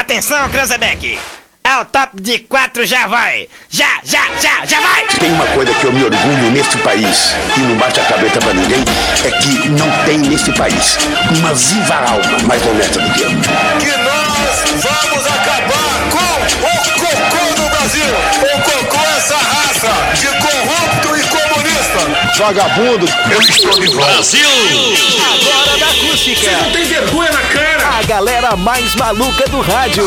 Atenção, Cranzebeck. É o top de 4, já vai! Já vai! Tem uma coisa que eu me orgulho neste país e não bate a cabeça pra ninguém, é que não tem nesse país uma viva alma mais honesta do que eu. Que nós vamos acabar com o cocô no Brasil! O cocô é essa raça de corrupto e comunista! Vagabundo, eu estou de volta. Brasil! Agora da acústica! Você não tem vergonha na cara! A galera mais maluca do rádio!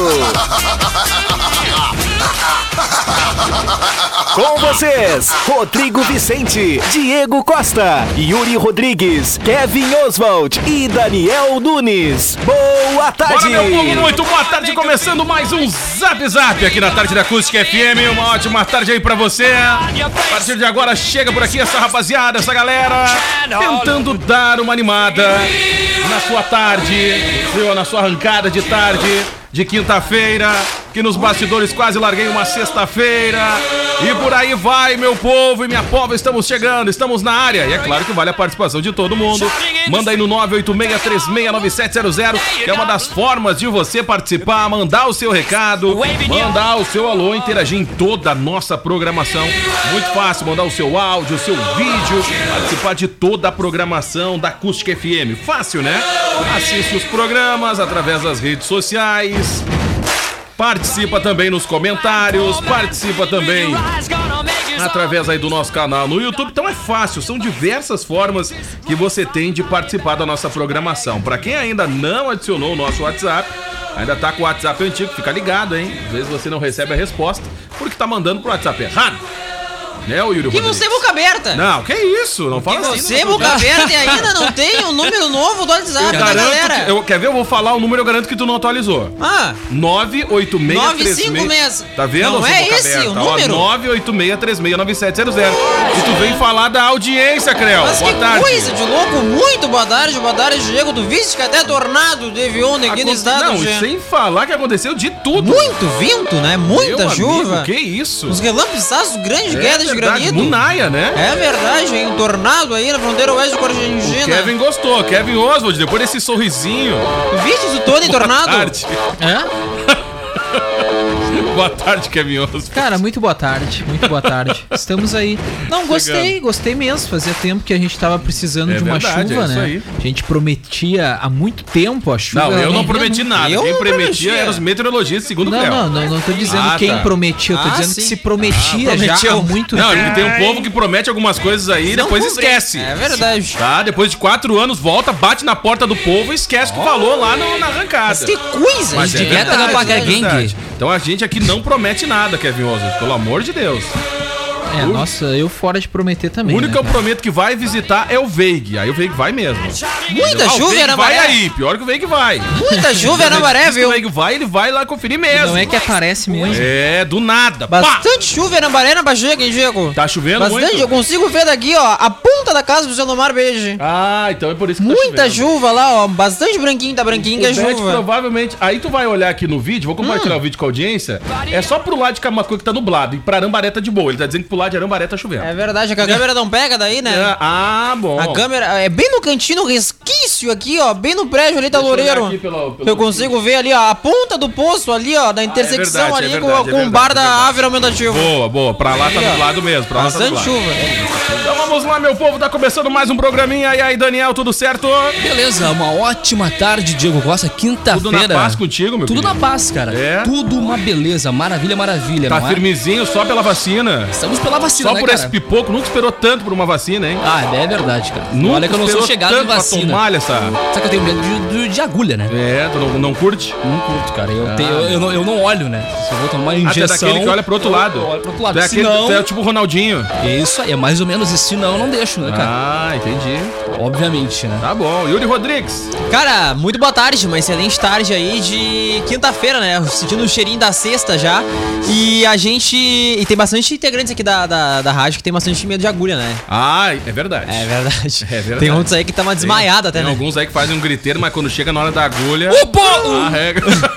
Com vocês, Rodrigo Vicente, Diego Costa, Yuri Rodrigues, Kevin Oswald e Daniel Nunes. Boa tarde! Bora, meu povo, muito boa tarde, começando mais um Zap Zap aqui na Tarde da Acústica FM. Uma ótima tarde aí pra você. A partir de agora chega por aqui essa rapaziada, essa galera, tentando dar uma animada na sua tarde, na sua arrancada de tarde de quinta-feira, que nos bastidores quase larguei uma sexta-feira. E por aí vai, meu povo e minha pova, estamos chegando, estamos na área. E é claro que vale a participação de todo mundo. Manda aí no 986369700, que é uma das formas de você participar, mandar o seu recado, mandar o seu alô, interagir em toda a nossa programação. Muito fácil, mandar o seu áudio, o seu vídeo, participar de toda a programação da Acústica FM. Fácil, né? Assiste os programas através das redes sociais. Participa também nos comentários, participa também através aí do nosso canal no YouTube. Então é fácil, são diversas formas que você tem de participar da nossa programação. Para quem ainda não adicionou o nosso WhatsApp, ainda tá com o WhatsApp antigo, fica ligado, hein? Às vezes você não recebe a resposta porque tá mandando pro WhatsApp errado. Né, o Yuri Rodrigues? Que você é boca aberta. Não, que isso? Não fala assim. Você é boca aberta e ainda não tem um número novo do WhatsApp da galera. Quer ver? Eu vou falar o número, eu garanto que tu não atualizou. 98636. Tá vendo? Não é esse o número? 986369700. E tu vem falar da audiência, Creu. Mas boa que tarde. Coisa de louco. Muito boa tarde, Diego. Tu viste que até tornado teve ontem aqui no estado. Não, sem falar que aconteceu de tudo. Muito vento, né? Muita chuva. Amigo, que isso? Os relâmpagos, grandes quedas de granito. Munaia, né? É verdade, hein? Um tornado aí na fronteira oeste com a Argentina. O Kevin gostou, Kevin Oswald, depois desse sorrisinho. Viste isso todo em tornado? Boa tarde. Boa tarde, Kevin Oswald. Cara, muito boa tarde, Estamos aí. Não, gostei mesmo. Fazia tempo que a gente tava precisando de uma chuva, né? Aí. A gente prometia há muito tempo a chuva. Não, eu não prometi nada. Quem prometia eram os meteorologistas, segundo o Cleo. Não tô dizendo quem prometia, eu tô dizendo que se prometia já há muito tempo. Não, tem um povo que promete algumas coisas aí e depois esquece. É verdade. Tá, depois de 4 anos, volta, bate na porta do povo e esquece o que falou lá na arrancada. Mas que coisa! Mas é verdade. Então a gente aqui não promete nada, Kevin Oswald, pelo amor de Deus. Nossa, eu fora de prometer também. O único que eu prometo que vai visitar é o Veig. Aí o Veig vai mesmo. Muita chuva era vai aí, pior que o Veig vai. Muita chuva era maré, viu? O Veig vai, ele vai lá conferir mesmo. Não é que aparece mesmo. É, do nada. Bastante chuva era maré na Bagega, hein, Diego? Tá chovendo bastante, muito? Eu consigo ver daqui, ó, a ponta da casa do seu Lomar Beijo. Então é por isso que muita chuva lá, ó, bastante branquinho, tá branquinho que é chuva. Provavelmente, aí tu vai olhar aqui no vídeo, vou compartilhar o vídeo com a audiência, é só pro lado de Camacuã que tá nublado, e pra Arambaré tá de boa, ele tá dizendo que pro lado de Arambaré tá chovendo. É verdade, que a câmera não pega daí, né? Bom. A câmera é bem no cantinho, no resquício aqui, ó, bem no prédio ali da Loureiro. Eu consigo ver ali, ó, a ponta do poço ali, ó, da intersecção ali com o bar da Ávila Aumentativo. Boa, pra lá tá nublado mesmo, pra lá tá bastante chuva. Então vamos lá, meu povo, tá começando mais um programinha. E aí, Daniel, tudo certo? Beleza, uma ótima tarde, Diego Costa, quinta-feira. Tudo na paz contigo, meu Tudo querido? na paz, cara. Tudo uma beleza, maravilha. Tá não firmezinho só pela vacina. Estamos pela vacina, só né, por cara? Esse pipoco, nunca esperou tanto por uma vacina, hein? É verdade, cara. Nunca olha que eu não sou chegado em vacina. Tomar essa... Sabe que eu tenho medo de agulha, né? Tu não curte? Não curto, cara. Eu não olho, né? Se eu vou tomar injeção... Até daquele que olha pro outro lado. Olha pro outro lado. Tu é tipo o Ronaldinho. Isso aí, é mais ou menos isso. Senão eu não deixo, né, cara? Entendi. Obviamente, né? Tá bom. Yuri Rodrigues. Cara, muito boa tarde, uma excelente tarde aí de quinta-feira, né? Sentindo o cheirinho da sexta já. E a gente... E tem bastante integrantes aqui da rádio que tem bastante medo de agulha, né? É verdade. É verdade. É verdade. Tem outros aí que tá uma desmaiada até, tem né? alguns aí que fazem um griteiro, mas quando chega na hora da agulha... Opa! Regra.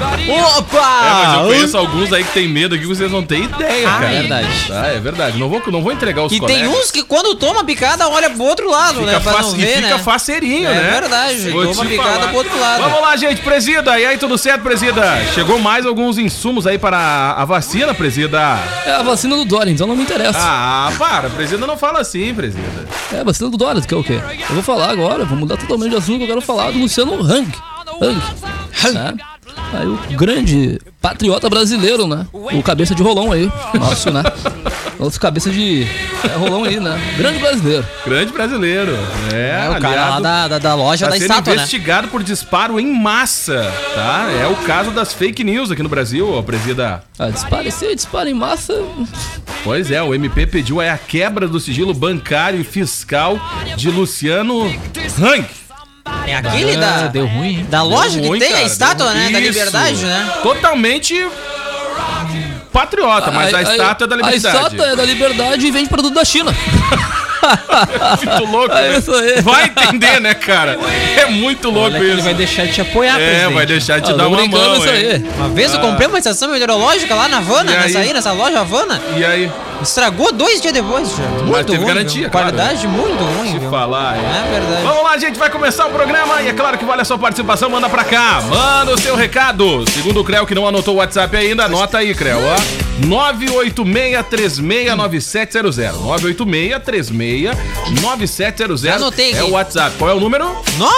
Opa! Mas eu conheço alguns aí que tem medo aqui que vocês não têm ideia, cara. É verdade. Tá, é verdade. Não vou entregar os E colegas. tem uns que quando toma picada olha pro outro lado, Fica né? Pra não ver, fica né? faceirinho, É né? verdade, Vou toma te picada falar. pro outro lado. Vamos lá, gente, presida. E aí, tudo certo, presida? Chegou mais alguns insumos aí para a vacina, presida. É a vacina do Dória, então não me interessa. Ah, para, presida não fala assim, presida. É a vacina do Dória, que é o quê? Eu vou falar agora, vou mudar totalmente de assunto, eu quero falar do Luciano Hang. Né? Aí o grande patriota brasileiro, né? O cabeça de rolão aí. Nosso, né? Nosso cabeça de rolão aí, né? Grande brasileiro. Grande brasileiro. É, O cara lá da loja tá da sendo estátua, né? investigado por disparo em massa, tá? É o caso das fake news aqui no Brasil, ó, presida. Ah, dispara em massa. Pois é, o MP pediu aí a quebra do sigilo bancário e fiscal de Luciano Hang. É aquele da... Deu ruim, hein? Da loja Deu que ruim, tem cara, a estátua, deu né? Da isso. liberdade, né? Totalmente patriota, mas a estátua é da liberdade. A estátua é da liberdade e vende produto da China. Muito louco, É né? isso aí. Vai entender, né, cara? É muito louco Olha que isso. ele vai deixar de te apoiar, É, presidente. vai deixar de te Ah, dar tô uma brincando mão, isso hein? aí. Uma vez eu comprei uma estação meteorológica lá na Havana, E aí? nessa loja Havana. E aí? Estragou 2 dias depois, já. Muito teve ruim, garantia, viu? claro. Qualidade muito ruim, Te viu? falar, hein? É verdade. Vamos lá, gente, vai começar o programa e é claro que vale a sua participação, manda pra cá, manda o seu recado. Segundo o Creu, que não anotou o WhatsApp ainda, anota aí, Creu, ó. 986369700. 986369700. Já anotei É aqui. o WhatsApp. Qual é o número?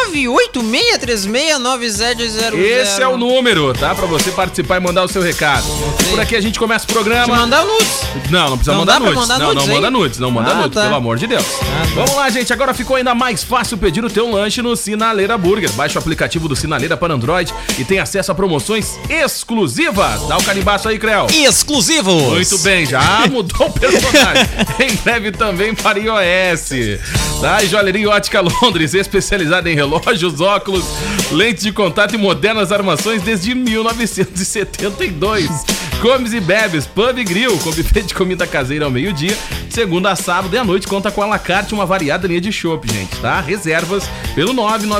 986369700. Esse é o número, tá? Pra você participar e mandar o seu recado. Por aqui a gente começa o programa. Te mandar nudes. Não precisa Não mandar dá pra nudes. mandar Não nudes, manda hein? nudes, não manda Ah, nudes, tá. pelo amor de Deus. Vamos lá, gente. Agora ficou ainda mais fácil pedir o teu lanche no Sinaleira Burger. Baixe o aplicativo do Sinaleira para Android e tem acesso a promoções exclusivas. Dá o carimbaço aí, Creu. Exclusivos. Muito bem, já mudou o personagem. Em breve também para iOS. Tá? E Joalheria Ótica Londres, especializada em relógios, óculos, lentes de contato e modernas armações desde 1972. Comes e bebes, pub e grill, com buffet de comida caseira ao meio-dia, de segunda a sábado e à noite conta com a la carte uma variada linha de chopp, gente, tá? Reservas pelo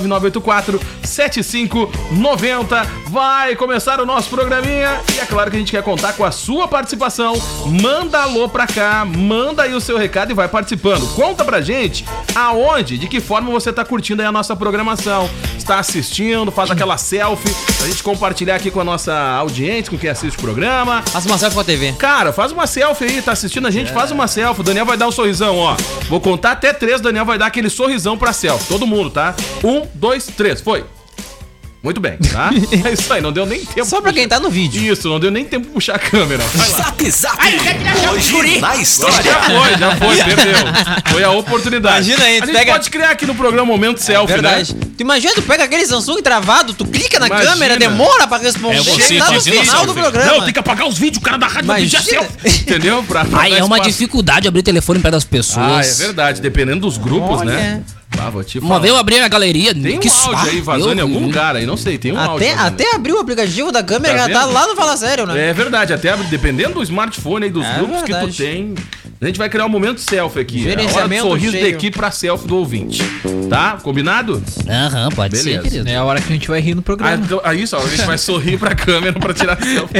99984-7590. Vai começar o nosso programinha e é claro que a gente quer contar com a sua participação. Manda alô pra cá, manda aí o seu recado e vai participando. Conta pra gente aonde, de que forma você tá curtindo aí a nossa programação. Está assistindo, faz aquela selfie pra gente compartilhar aqui com a nossa audiência, com quem assiste o programa. Faça uma selfie com a TV. Cara, faz uma selfie aí, tá assistindo a gente, faz uma selfie. O Daniel vai dar um sorrisão, ó. Vou contar até 3, o Daniel vai dar aquele sorrisão pra selfie. Todo mundo, tá? 1, 2, 3, foi. Muito bem, tá? É isso aí, não deu nem tempo. Só pra quem tá no vídeo. Isso, não deu nem tempo de puxar a câmera. Vai lá. Zap Zap. Hoje na história. Já foi, perdeu. Foi a oportunidade. Imagina aí, a tu gente pega- pode criar aqui no programa Momento Selfie, Verdade. né? Tu imagina, tu pega aquele Samsung travado, tu clica na Imagina. câmera, demora pra responder. Chega no dizendo final do selfie. programa. Não, tem que apagar os vídeos, o cara da rádio vai pedir a Imagina. selfie. Entendeu? Pra Ai, dar é uma espaço. dificuldade abrir telefone perto das pessoas. Ah, é verdade. Dependendo dos grupos, Olha. né? Ah, vou te Uma falar. vez eu abri a galeria. Tem um que áudio aí vazando em algum lugar aí, não sei, tem um áudio. vazando. Até abriu o aplicativo da câmera, Tá já tá vendo? lá no Fala Sério, né? É verdade, até dependendo do smartphone aí, dos É grupos verdade. que tu tem, a gente vai criar um momento selfie aqui. É a hora do Gerenciamento sorriso da cheio. equipe pra selfie do ouvinte. Tá? Combinado? Aham, pode Beleza. ser, querido. É a hora que a gente vai rir no Ah, programa. então, isso, ó, a gente vai sorrir pra câmera pra tirar selfie.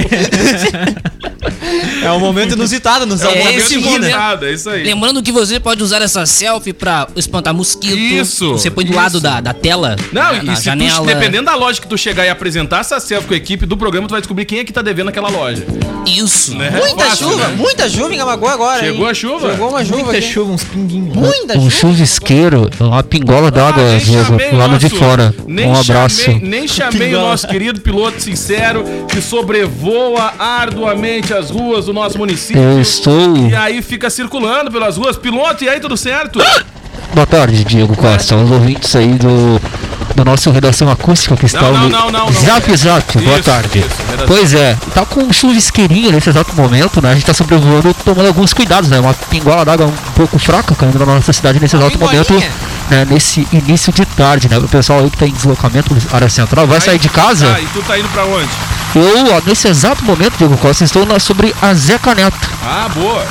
É um momento inusitado nos É um momento esse momento. inusitado, é isso aí. Lembrando que você pode usar essa selfie pra espantar mosquito. Isso, Você põe do lado da tela, Não, na e se janela. tu, dependendo da loja que tu chegar e apresentar essa selfie com a equipe do programa, tu vai descobrir quem é que tá devendo aquela loja. Isso. Né? Muita Fácil, chuva, né? muita chuva em Camaquã agora. Chegou hein? a chuva? Chegou uma chuva. Muita aqui. chuva, uns pinguinhos. Muita Um chuva. chuvisqueiro, uma pingola d'água, nem Diego, chamei o lá no de nosso- fora. nem Um abraço. Nem chamei o nosso querido piloto sincero que sobrevoa arduamente as ruas do nosso município. Eu estou. E aí fica circulando pelas ruas. Piloto, e aí tudo certo? Boa tarde, Diego Costa. Os ouvintes aí do nosso Redação Acústica que está Não. Zap Zap, boa Isso, tarde. isso, Redação. Pois é, tá com um chuvisqueirinho nesse exato momento, né? A gente tá sobrevoando tomando alguns cuidados, né? Uma pingola d'água um pouco fraca caindo na nossa cidade nesse exato momento, pingolinha? né? Nesse início de tarde, né? O pessoal aí que tá em deslocamento na área central vai sair de casa. Ah, e tu tá indo pra onde? Eu, ó, nesse exato momento, Diego Costa, estou sobre a Zeca Neto. Ah, boa.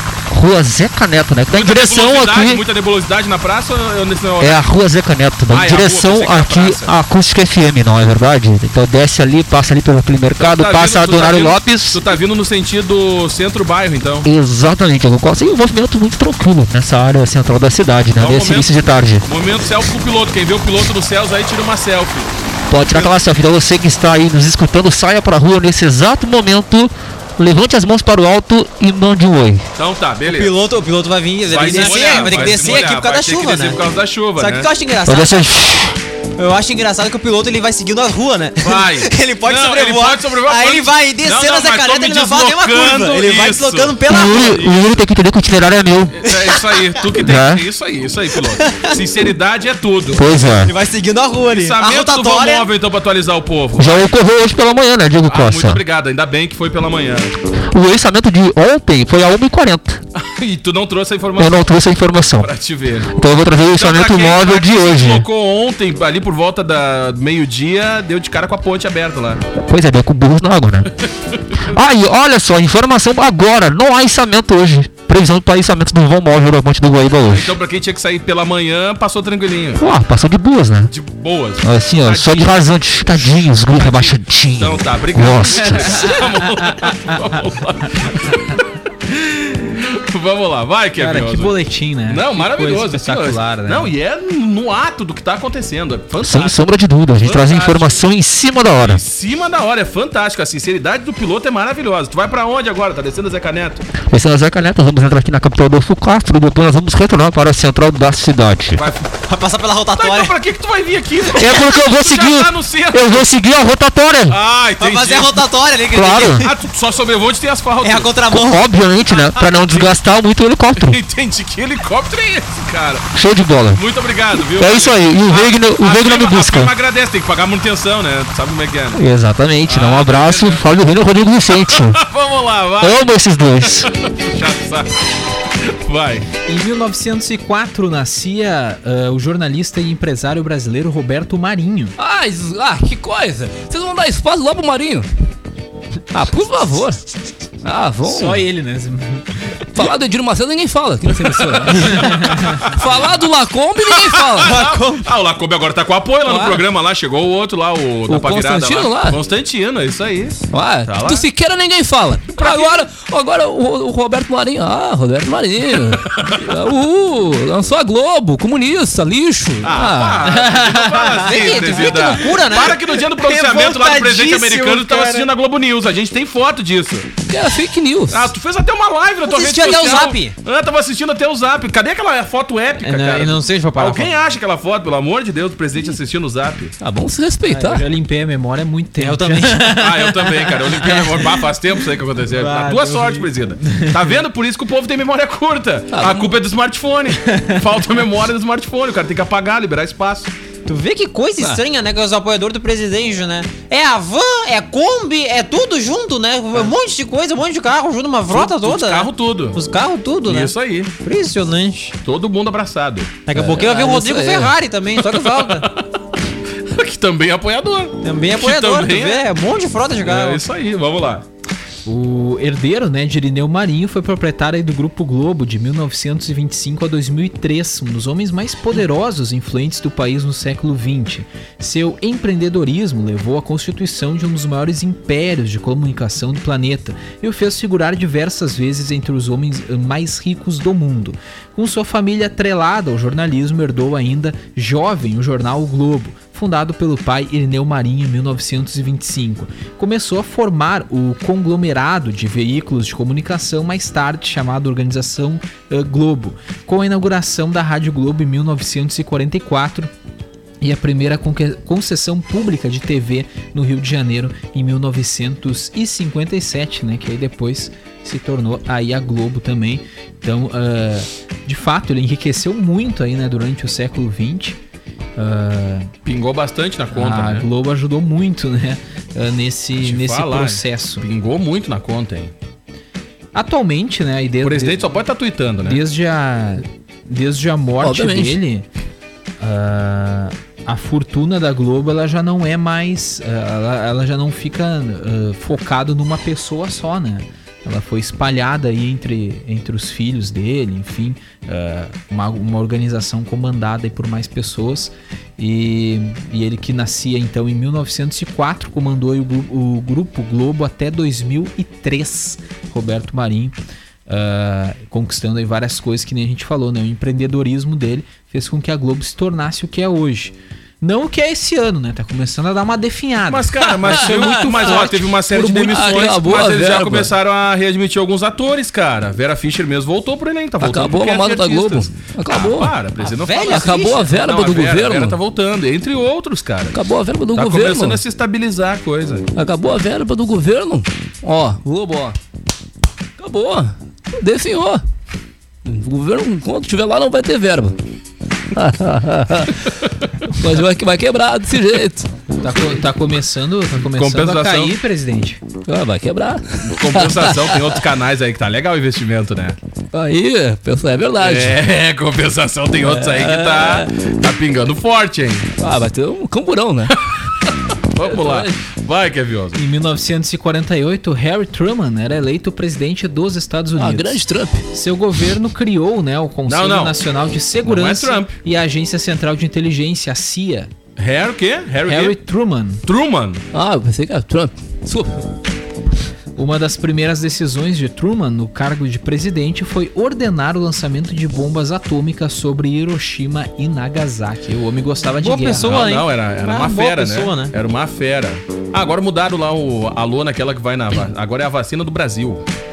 Rua Zeca Neto, né? Que dá em direção aqui. Muita nebulosidade na praça ou nesse negócio? É a Rua Zeca Neto, dá em direção aqui a Acústica FM, não é verdade? Então desce ali, passa ali pelo aquele mercado, passa a Donário Lopes. Tu tá vindo no sentido centro-bairro, então? Exatamente, eu concordo. Tem um movimento muito tranquilo nessa área central da cidade, né? Nesse início de tarde. Momento selfie com o piloto. Quem vê o piloto nos céus aí tira uma selfie. Pode tirar aquela selfie. Então você que está aí nos escutando, saia pra rua nesse exato momento. Levante as mãos para o alto e mande um oi. Então tá, beleza. O piloto vai vir, vai ter que descer aqui por causa da chuva, né? Por causa da chuva, Sabe o que eu acho engraçado? Eu acho engraçado que o piloto ele vai seguindo a rua, né? Vai. Ele pode sobrevoar. Aí ele vai descendo as Zecaneta, ele não faz nenhuma curva. Ele vai deslocando pela rua. O Yuri tem que entender que o itinerário é meu. É isso aí, tu que tem. Isso aí, piloto. Sinceridade é tudo. Pois é. Ele vai seguindo a rua ali. A rotatória... móvel, então, pra atualizar o povo. Já ocorreu hoje pela manhã, né, Diego Costa? Muito obrigado, ainda bem que foi pela manhã. O orçamento de ontem foi a 1h40. E tu não trouxe a informação? Eu não trouxe a informação. Pra te ver. Então eu vou trazer o orçamento móvel de hoje. Colocou ontem, ali por volta da meio-dia, deu de cara com a ponte aberta lá. Pois é, deu com burros na água, né? Aí, olha só, informação agora, não há içamento hoje. Previsão para içamento do vão móvel da ponte do Guaíba hoje. Então pra quem tinha que sair pela manhã, passou tranquilinho. Passou de boas, né? De boas. Assim, ó, só de rasante, tadinhos, grupo abaixadinho. Então tá, obrigado. Gosto. Vamos lá, vai, Kevin. Cara, que boletim, né? Não, que maravilhoso. Espetacular, né? Não, e é no ato do que tá acontecendo. É fantástico. Sem sombra de dúvida, a gente traz a informação em cima da hora. Em cima da hora, é fantástico. A sinceridade do piloto é maravilhosa. Tu vai pra onde agora? Tá descendo a Zeca Neto? Descendo a Zeca Neto, vamos entrar aqui na capital do Castro, depois nós vamos retornar para a central da cidade. Vai passar pela rotatória. Tá, então pra que tu vai vir aqui? É porque eu vou seguir. Eu vou seguir a rotatória. Entendi. Vai fazer a rotatória ali. Claro. Tu só sobrevoa onde tem asfalto. É a contramão. Obviamente, né? Pra não desgastar muito o helicóptero. Entendi. Que helicóptero é esse, cara? Show de bola. Muito obrigado, viu? É isso aí. E o Wegner me busca. A agradece, tem que pagar manutenção, né? Tu sabe como é que é, né? Exatamente. Dá um abraço. Fábio Wegner e Rodrigo Vicente. Vamos lá, vai. Amo esses dois. Já sabe. Vai. Em 1904 nascia o jornalista e empresário brasileiro Roberto Marinho. Que coisa! Vocês vão dar espaço lá pro Marinho? Por favor. Vamos. Só ele, né? Falar do Edir Macedo ninguém fala aqui nessa emissora. Falar do Lacombe ninguém fala. O Lacombe agora tá com apoio lá no programa lá. Chegou o outro lá, o da Constantino lá. Constantino, é isso aí. Tá tu sequer ninguém fala. Agora o Roberto Marinho. Roberto Marinho. Lançou a Globo, comunista, lixo. Que loucura, né? Para que no dia do pronunciamento lá do presidente americano tu tava assistindo a Globo News. A gente tem foto disso. Era fake news. Tu fez até uma live na tua rede social. Até o Zap. Tava assistindo até o Zap. Cadê aquela foto épica, cara? Não sei se vou parar. Alguém acha aquela foto, pelo amor de Deus, do presidente assistindo o Zap? Vamos se respeitar. Eu já limpei a memória há muito tempo. Eu também. Eu também, cara. Eu limpei a memória. Faz tempo isso aí que aconteceu. A tua sorte, presida. Tá vendo? Por isso que o povo tem memória curta. A culpa é do smartphone. Falta a memória do smartphone. O cara tem que apagar, liberar espaço. Tu vê que coisa estranha, né? Com os apoiadores do presidente, né? É a van, é a Kombi, é tudo junto, né? Um monte de coisa, um monte de carro junto, uma frota toda. Os carros tudo, né? Isso aí. Impressionante. Todo mundo abraçado. Daqui a pouquinho vai ver o Rodrigo Ferrari também, só que falta. Que também é apoiador. Também é apoiador, também é um monte de frota de carro. É isso aí, vamos lá. O herdeiro, né, de Irineu Marinho foi proprietário aí do Grupo Globo de 1925 a 2003, um dos homens mais poderosos e influentes do país no século XX. Seu empreendedorismo levou à constituição de um dos maiores impérios de comunicação do planeta e o fez figurar diversas vezes entre os homens mais ricos do mundo. Com sua família atrelada ao jornalismo, herdou ainda jovem o jornal O Globo, fundado pelo pai Irineu Marinho em 1925. Começou a formar o conglomerado de veículos de comunicação mais tarde chamado Organização Globo, com a inauguração da Rádio Globo em 1944 e a primeira concessão pública de TV no Rio de Janeiro em 1957, né, que aí depois se tornou aí a Globo também. Então, de fato, ele enriqueceu muito aí, né, durante o século XX. Pingou bastante na conta, né? A Globo ajudou muito, né? Nesse processo. Pingou muito na conta, hein? Atualmente, né? O presidente só pode estar tweetando, né? Desde a morte dele, a fortuna da Globo ela já não é mais. Ela já não fica focado numa pessoa só, né? ela foi espalhada aí entre os filhos dele, enfim, uma organização comandada aí por mais pessoas, e ele que nascia então em 1904, comandou aí o Grupo Globo até 2003, Roberto Marinho, conquistando aí várias coisas que nem a gente falou, né? O empreendedorismo dele fez com que a Globo se tornasse o que é hoje. Não o que é esse ano, né? Tá começando a dar uma definhada. Mas, cara, teve uma série de demissões, mas eles já começaram a readmitir alguns atores, cara. Vera Fischer mesmo voltou pro elenco, tá voltando. Acabou a mamada da Globo. Acabou. Presidente não velha, acabou a verba do governo. A Vera tá voltando, entre outros, cara. Acabou a verba do tá governo. Tá começando a se estabilizar a coisa. Acabou a verba do governo. Ó, Globo, ó. Acabou. Definhou. O governo, enquanto estiver lá, não vai ter verba. Mas vai quebrar desse jeito. Tá começando a cair, presidente. Vai quebrar. Compensação, tem outros canais aí que tá legal o investimento, né? Aí, é verdade. Compensação, tem outros aí que tá pingando forte, hein? Vai ter um camburão, né? Vamos lá. Vai, Kevioso. Em 1948, Harry Truman era eleito presidente dos Estados Unidos. Grande Trump. Seu governo criou, né, o Conselho Nacional de Segurança e a Agência Central de Inteligência, a CIA. Harry o quê? Harry Truman. Truman? Eu pensei que era Trump. Uma das primeiras decisões de Truman no cargo de presidente foi ordenar o lançamento de bombas atômicas sobre Hiroshima e Nagasaki. O homem gostava de guerra. Pessoa, não, era uma fera, né? Era uma fera. Agora mudaram lá a lona, aquela que vai na... Agora é a vacina do Brasil.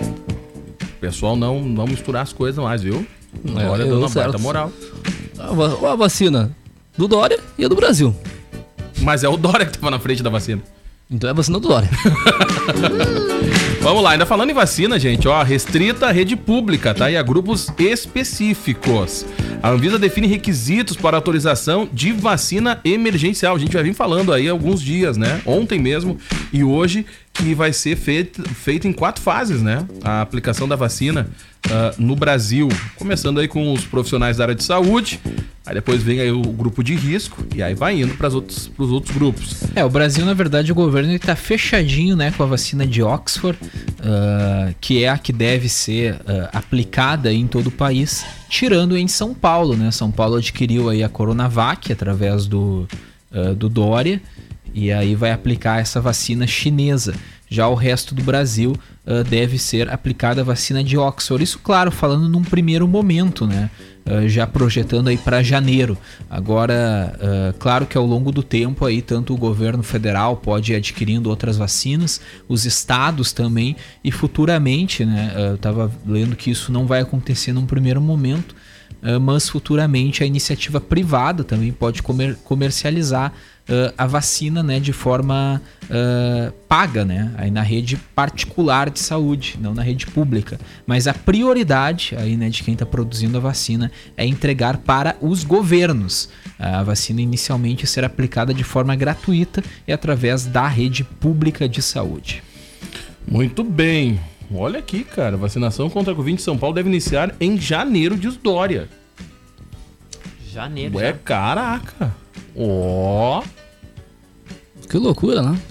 O pessoal não misturar as coisas mais, viu? Agora dando uma baita moral. A vacina do Dória e a do Brasil. Mas é o Dória que tava na frente da vacina. Então é a vacina do Dória. Vamos lá, ainda falando em vacina, gente, restrita a rede pública, tá? E a grupos específicos. A Anvisa define requisitos para autorização de vacina emergencial. A gente vai vir falando aí há alguns dias, né? Ontem mesmo e hoje, que vai ser feito em 4 fases, né? A aplicação da vacina no Brasil. Começando aí com os profissionais da área de saúde, aí depois vem aí o grupo de risco e aí vai indo pros outros grupos. O Brasil, na verdade, o governo está fechadinho, né, com a vacina de Oxford, que é a que deve ser aplicada em todo o país, tirando em São Paulo, né? São Paulo adquiriu aí a Coronavac através do Dória, e aí vai aplicar essa vacina chinesa. Já o resto do Brasil deve ser aplicada a vacina de Oxford. Isso, claro, falando num primeiro momento, né? Já projetando aí para janeiro. Agora, claro que ao longo do tempo aí, tanto o governo federal pode ir adquirindo outras vacinas, os estados também, e futuramente, né? Eu estava lendo que isso não vai acontecer num primeiro momento, mas futuramente a iniciativa privada também pode comercializar a vacina, né, de forma paga, né, aí na rede particular de saúde, não na rede pública. Mas a prioridade aí, né, de quem está produzindo a vacina é entregar para os governos. A vacina inicialmente será aplicada de forma gratuita e através da rede pública de saúde. Muito bem. Olha aqui, cara, vacinação contra a Covid de São Paulo deve iniciar em janeiro, diz Dória. Janeiro. Caraca. Que loucura, né?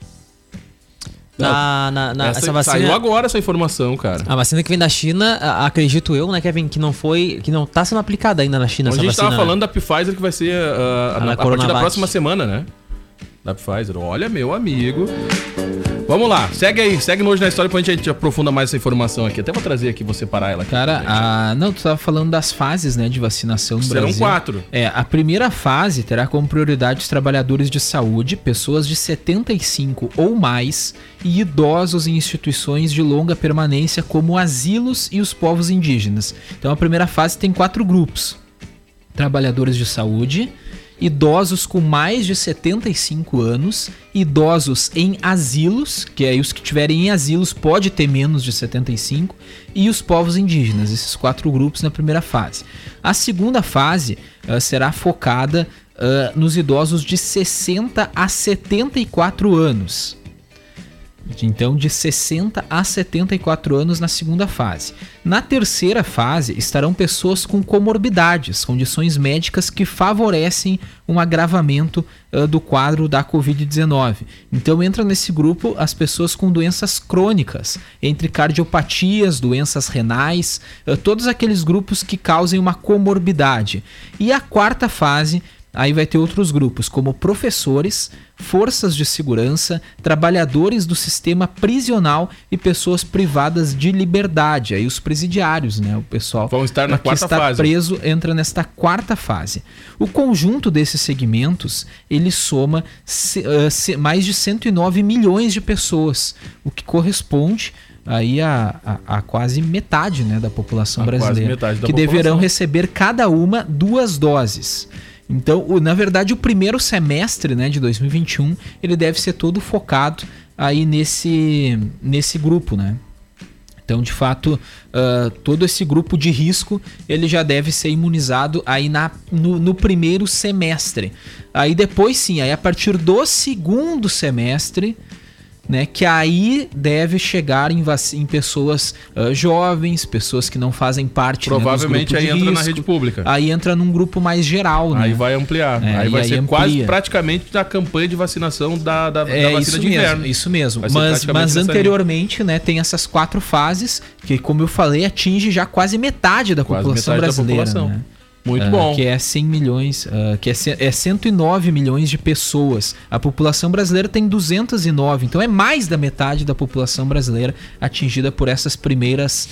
Essa vacina saiu agora, essa informação, cara. A vacina que vem da China, acredito eu, né, Kevin, que não tá sendo aplicada ainda na China. A gente tava falando da Pfizer, que vai ser a partir da próxima semana, né? Da Pfizer. Olha, meu amigo. Vamos lá, segue hoje na história, depois a gente aprofunda mais essa informação aqui. Até vou trazer aqui, vou separar ela aqui. Cara, tu tava falando das fases, né, de vacinação no Brasil. Serão 4. A primeira fase terá como prioridade os trabalhadores de saúde, pessoas de 75 ou mais e idosos em instituições de longa permanência como asilos e os povos indígenas. Então a primeira fase tem 4 grupos: trabalhadores de saúde, idosos com mais de 75 anos, idosos em asilos, que aí os que tiverem em asilos pode ter menos de 75, e os povos indígenas, esses 4 grupos na primeira fase. A segunda fase será focada nos idosos de 60 a 74 anos. Então, de 60 a 74 anos na segunda fase. Na terceira fase, estarão pessoas com comorbidades, condições médicas que favorecem um agravamento do quadro da Covid-19. Então, entra nesse grupo as pessoas com doenças crônicas, entre cardiopatias, doenças renais, todos aqueles grupos que causem uma comorbidade. E a quarta fase, aí vai ter outros grupos, como professores, forças de segurança, trabalhadores do sistema prisional e pessoas privadas de liberdade. Aí os presidiários, né? O pessoal vão estar na quarta está fase. preso entra nesta quarta fase. O conjunto desses segmentos, ele soma mais de 109 milhões de pessoas, o que corresponde aí a quase metade, né, da população brasileira, que deverão receber cada uma 2 doses. Então, na verdade, o primeiro semestre, né, de 2021, ele deve ser todo focado aí nesse grupo, né? Então, de fato, todo esse grupo de risco, ele já deve ser imunizado aí no primeiro semestre. Aí depois sim, aí a partir do segundo semestre, né, que aí deve chegar em pessoas jovens, pessoas que não fazem parte, provavelmente, né, dos grupos de risco. Na rede pública. Aí entra num grupo mais geral, né? Aí vai ampliar. Aí vai ser quase praticamente a campanha de vacinação da vacina de inverno. Isso mesmo. Mas anteriormente, né, tem essas 4 fases que, como eu falei, atinge já quase metade da população brasileira. Né? Muito bom. Que é 100 milhões, que é 109 milhões de pessoas. A população brasileira tem 209, então é mais da metade da população brasileira atingida por essas primeiras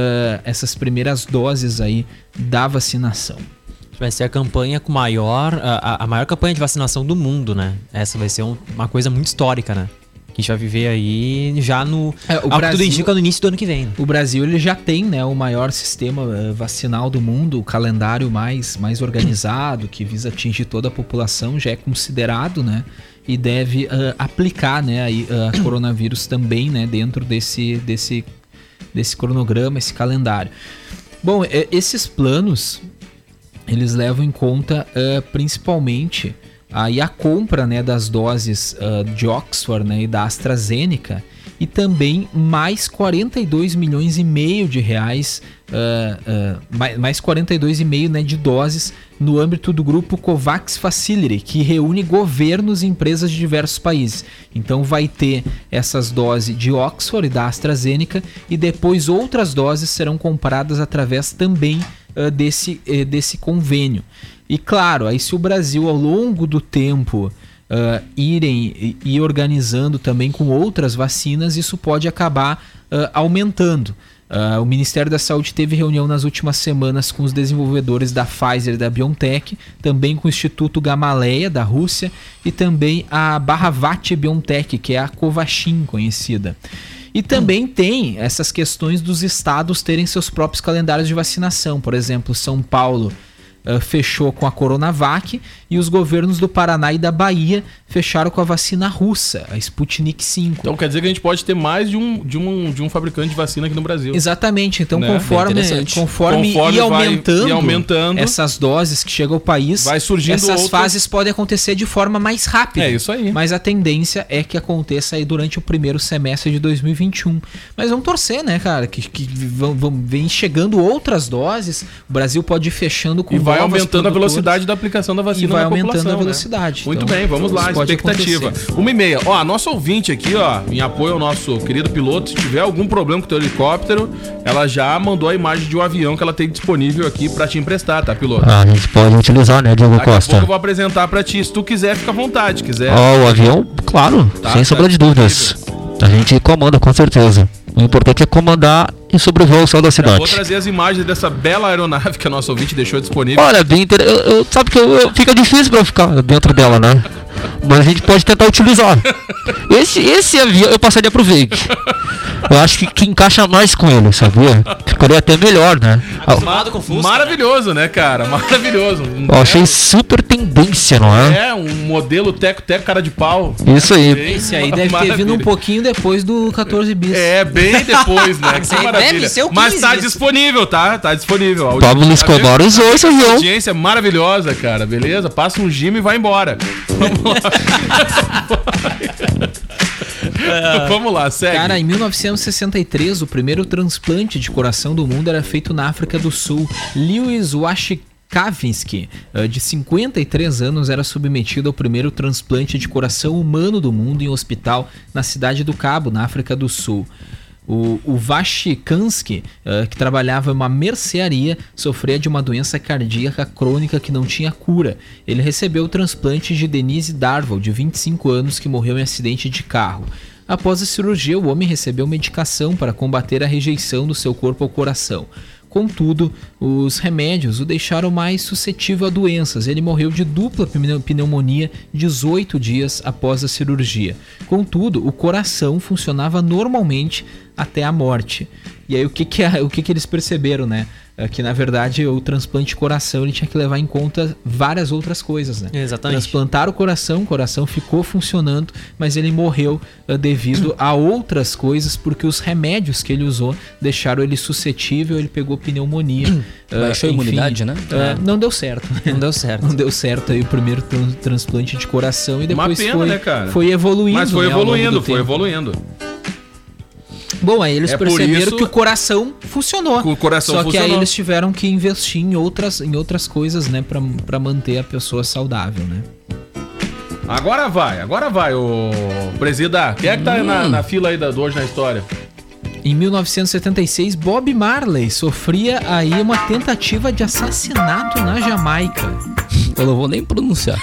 doses aí da vacinação. Vai ser a campanha com a maior campanha de vacinação do mundo, né? Essa vai ser uma coisa muito histórica, né? Que a gente vai viver aí já no... tudo indica no início do ano que vem. O Brasil, ele já tem, né, o maior sistema vacinal do mundo, o calendário mais organizado, que visa atingir toda a população, já é considerado, né, e deve aplicar, né, a coronavírus também, né, dentro desse cronograma, esse calendário. Bom, esses planos, eles levam em conta principalmente... Aí a compra, né, das doses de Oxford, né, e da AstraZeneca, e também mais 42 milhões e meio de reais, mais 42,5, né, de doses no âmbito do grupo COVAX Facility, que reúne governos e empresas de diversos países. Então vai ter essas doses de Oxford e da AstraZeneca, e depois outras doses serão compradas através também desse convênio. E claro, aí se o Brasil ao longo do tempo ir organizando também com outras vacinas, isso pode acabar aumentando. O Ministério da Saúde teve reunião nas últimas semanas com os desenvolvedores da Pfizer e da BioNTech, também com o Instituto Gamaleya da Rússia e também a Bharat BioNTech, que é a Covaxin conhecida. E também tem essas questões dos estados terem seus próprios calendários de vacinação. Por exemplo, São Paulo fechou com a Coronavac e os governos do Paraná e da Bahia fecharam com a vacina russa, a Sputnik V. Então quer dizer que a gente pode ter mais de um fabricante de vacina aqui no Brasil. Exatamente. Então, né? Conforme ir aumentando essas doses que chegam ao país, vai surgindo essas fases podem acontecer de forma mais rápida. É isso aí. Mas a tendência é que aconteça aí durante o primeiro semestre de 2021. Mas vamos torcer, né, cara? Que vem chegando outras doses, o Brasil pode ir fechando com vai aumentando a velocidade da aplicação da vacina na população. E vai aumentando a velocidade. Né? Muito bem, vamos lá, expectativa. 1h30. Ó, a nossa ouvinte aqui, ó, em apoio ao nosso querido piloto, se tiver algum problema com o teu helicóptero, ela já mandou a imagem de um avião que ela tem disponível aqui pra te emprestar, tá, piloto? A gente pode utilizar, né, Diego Costa? Daqui a pouco eu vou apresentar pra ti. Se tu quiser, fica à vontade. Quiser. Ó, o avião, claro, sem sombra de dúvidas. A gente comanda, com certeza. O importante é comandar e sobrevoar o céu da cidade. Vou trazer as imagens dessa bela aeronave que a nossa ouvinte deixou disponível. Olha, bem sabe que fica difícil pra eu ficar dentro dela, né? Mas a gente pode tentar utilizar. Esse avião eu passaria pro Veig. Eu acho que encaixa mais com ele, sabia? Ficaria até melhor, né? Maravilhoso, né, cara? Maravilhoso. Eu achei super tendência, não é? É, um modelo teco-teco cara de pau. Isso aí. Esse aí deve ter vindo um pouquinho depois do 14 bis. É, bem depois, né? Que maravilha. Deve ser o 15 Mas tá disponível, tá? Tá disponível. Pablo Escobar usou esse avião. Audiência maravilhosa, cara. Beleza? Passa um gym e vai embora. Vamos lá. Vamos lá, segue. Cara, em 1963, o primeiro transplante de coração do mundo era feito na África do Sul. Lewis Washikavinsky, de 53 anos, era submetido ao primeiro transplante de coração humano do mundo em um hospital na cidade do Cabo, na África do Sul. O Washikansky, que trabalhava em uma mercearia, sofria de uma doença cardíaca crônica que não tinha cura. Ele recebeu o transplante de Denise Darvall, de 25 anos, que morreu em acidente de carro. Após a cirurgia, o homem recebeu medicação para combater a rejeição do seu corpo ao coração. Contudo, os remédios o deixaram mais suscetível a doenças. Ele morreu de dupla pneumonia 18 dias após a cirurgia. Contudo, o coração funcionava normalmente até a morte. E aí o que eles perceberam, né? Que na verdade o transplante de coração ele tinha que levar em conta várias outras coisas, né? Exatamente. Transplantaram o coração ficou funcionando, mas ele morreu devido a outras coisas, porque os remédios que ele usou deixaram ele suscetível, ele pegou pneumonia. Baixou a imunidade, né? Não deu certo. Não deu certo. Não deu certo aí o primeiro transplante de coração e depois Uma pena, né, cara? foi evoluindo. Mas foi né, ao longo do evoluindo, foi tempo. evoluindo. Bom, aí eles É por perceberam isso que o coração funcionou. que o coração Só que aí funcionou. eles tiveram que investir em outras coisas, né, pra manter a pessoa saudável, né? Agora vai, o presida. Quem é que tá na fila aí do Hoje na História? Em 1976, Bob Marley sofria aí uma tentativa de assassinato na Jamaica. Eu não vou nem pronunciar.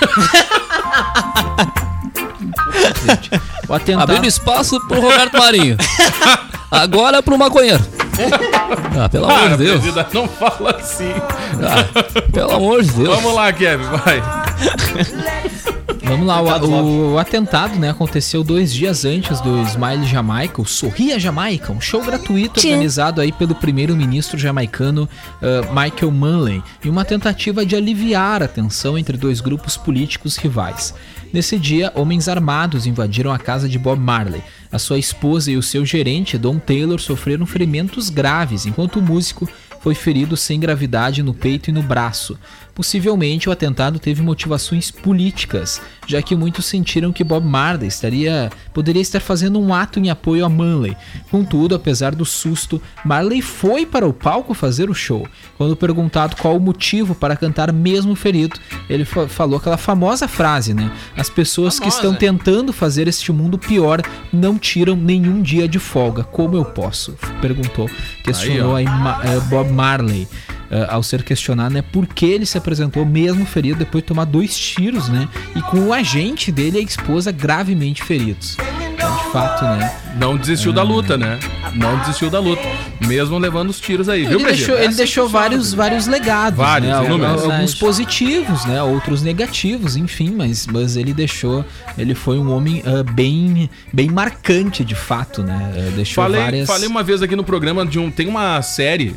O atentado... Abrindo espaço pro Roberto Marinho. Agora pro maconheiro. Pelo amor de Deus. Presida, não fala assim. Pelo amor de Deus. Vamos lá, Kevin, vai. Vamos lá, o atentado, né, aconteceu 2 dias antes do Smile Jamaica, o Sorria Jamaica, um show gratuito organizado aí pelo primeiro-ministro jamaicano Michael Manley, em uma tentativa de aliviar a tensão entre 2 grupos políticos rivais. Nesse dia, homens armados invadiram a casa de Bob Marley. A sua esposa e o seu gerente, Don Taylor, sofreram ferimentos graves, enquanto o músico foi ferido sem gravidade no peito e no braço. Possivelmente o atentado teve motivações políticas, já que muitos sentiram que Bob Marley poderia estar fazendo um ato em apoio a Manley. Contudo, apesar do susto, Marley foi para o palco fazer o show. Quando perguntado qual o motivo para cantar mesmo ferido, ele falou aquela famosa frase, né? As pessoas que estão tentando fazer este mundo pior não tiram nenhum dia de folga. Como eu posso? Questionou aí Bob Marley. Ao ser questionado, né, por que ele se apresentou mesmo ferido depois de tomar 2 tiros, né, e com o agente dele e a esposa gravemente feridos. Então, de fato, né. Não desistiu da luta, né? Não desistiu da luta. Mesmo levando os tiros aí, viu, Ele deixou vários legados, Vários, né, inúmeros. alguns positivos, né, outros negativos, enfim, mas ele foi um homem bem marcante, de fato, né, deixou Falei uma vez aqui no programa tem uma série...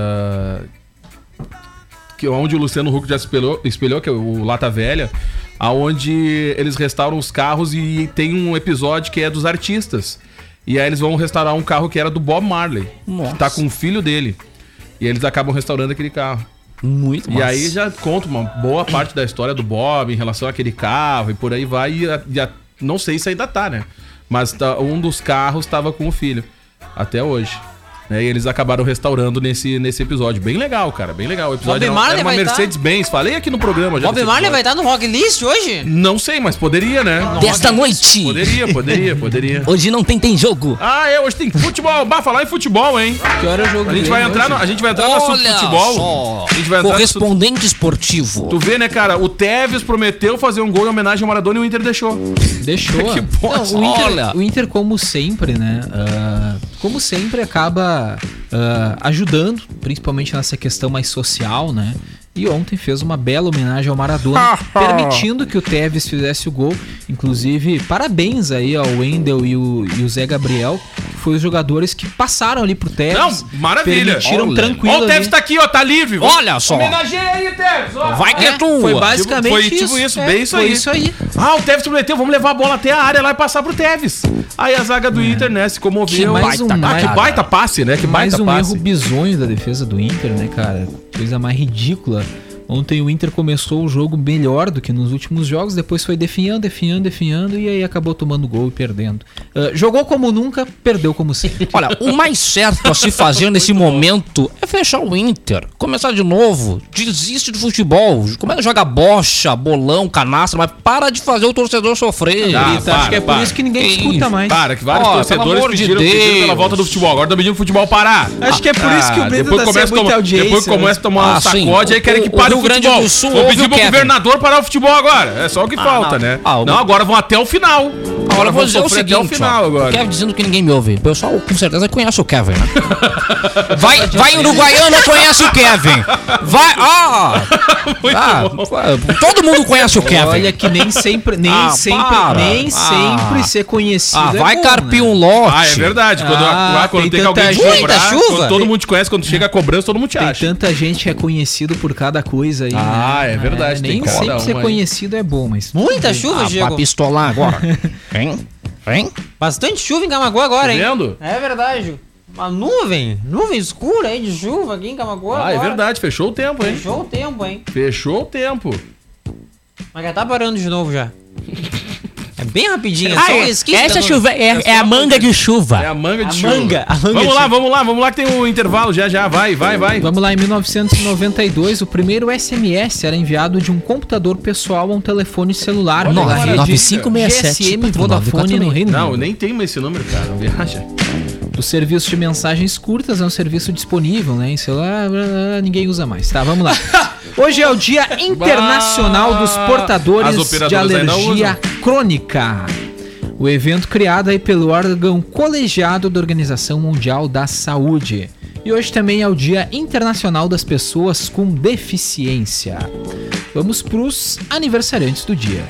onde o Luciano Huck já espelhou, que é o Lata Velha, aonde eles restauram os carros e tem um episódio que é dos artistas. E aí eles vão restaurar um carro que era do Bob Marley, que tá com o filho dele. E eles acabam restaurando aquele carro. Muito massa. E aí já conta uma boa parte da história do Bob em relação àquele carro e por aí vai. Não sei se ainda tá, né? Mas um dos carros tava com o filho até hoje. E eles acabaram restaurando nesse episódio. Bem legal, cara. Bem legal. O episódio era uma Mercedes-Benz. Falei aqui no programa já. Bob Marley vai estar no Rock List hoje? Não sei, mas poderia, né? Desta noite. Poderia. Hoje não tem jogo. Hoje tem futebol. Falar em futebol, hein? Que hora é o jogo A gente vai entrar no assunto futebol. Só. A gente vai entrar Correspondente esportivo. Tu vê, né, cara? O Tevez prometeu fazer um gol em homenagem ao Maradona e o Inter deixou. Deixou. Que bosta. O Inter, como sempre, né? Como sempre, acaba ajudando, principalmente nessa questão mais social, né? E ontem fez uma bela homenagem ao Maradona, permitindo que o Tevez fizesse o gol. Inclusive, parabéns aí ao Wendel e o Zé Gabriel, que foram os jogadores que passaram ali pro Tevez. Não, maravilha. Permitiram tranquilo. Ó, o Tevez tá aqui, ó, tá livre. Olha só. Homenageia aí, Tevez. Ó. Vai que é tua. Foi basicamente Foi tipo isso, bem isso foi aí. isso aí. O Tevez prometeu, vamos levar a bola até a área lá e passar pro Tevez. Aí a zaga do Inter, né, se comoveu. Que Que baita passe, né? Que Mais baita um passe. erro bizonho da defesa do Inter, né, cara? Coisa mais ridícula. Ontem o Inter começou o jogo melhor do que nos últimos jogos, depois foi definhando e aí acabou tomando gol e perdendo. Jogou como nunca, perdeu como sempre. Olha, o mais certo a se fazer nesse momento é fechar o Inter, começar de novo, desiste do futebol, começa a jogar bocha, bolão, canastra, mas para de fazer o torcedor sofrer. Acho que é por isso que ninguém escuta mais. Para, que vários torcedores pediram pela volta do futebol, agora estão pedindo o futebol parar. Acho que é por isso que o Brito tá sem muita audiência. Depois começa a tomar um sacode, aí querem que pare o futebol. Vou pedir pro governador parar o futebol agora. É só o que falta, né? Não, agora vão até o final. Agora eu vou dizer o seguinte, até o final agora. O Kevin dizendo que ninguém me ouve. O pessoal com certeza conhece o Kevin, né? Vai Uruguaiana conhece o Kevin. Vai, todo mundo conhece o Kevin. Olha que nem sempre ser conhecido vai carpir um lote. É verdade. Quando tem alguém de cobrar, quando todo mundo te conhece, quando chega a cobrança, todo mundo te acha. Tem tanta gente reconhecido por cada coisa aí, né? É verdade. Nem sempre ser conhecido é bom, mas... Muita chuva, Diego. Pra pistolar agora. Vem. Bastante chuva em Camaquã agora, hein? Tá vendo? É verdade. Uma nuvem escura aí de chuva aqui em Camaquã agora. É verdade. Fechou o tempo, hein? Fechou o tempo. Mas já tá parando de novo já. É bem rapidinho, só um esquisito. Essa chuva é a manga de chuva. É a manga de chuva. Vamos lá que tem um intervalo já. Vai. Vamos lá, em 1992, o primeiro SMS era enviado de um computador pessoal a um telefone celular pela rede 9567 GSM Vodafone no Reino Unido. Não, nem tem mais esse número, cara. Não viaja. O serviço de mensagens curtas é um serviço disponível, né? Em celular, ninguém usa mais. Tá, vamos lá. Hoje é o Dia Internacional dos Portadores de Alergia Crônica. O evento criado aí pelo órgão colegiado da Organização Mundial da Saúde. E hoje também é o Dia Internacional das Pessoas com Deficiência. Vamos pros aniversariantes do dia.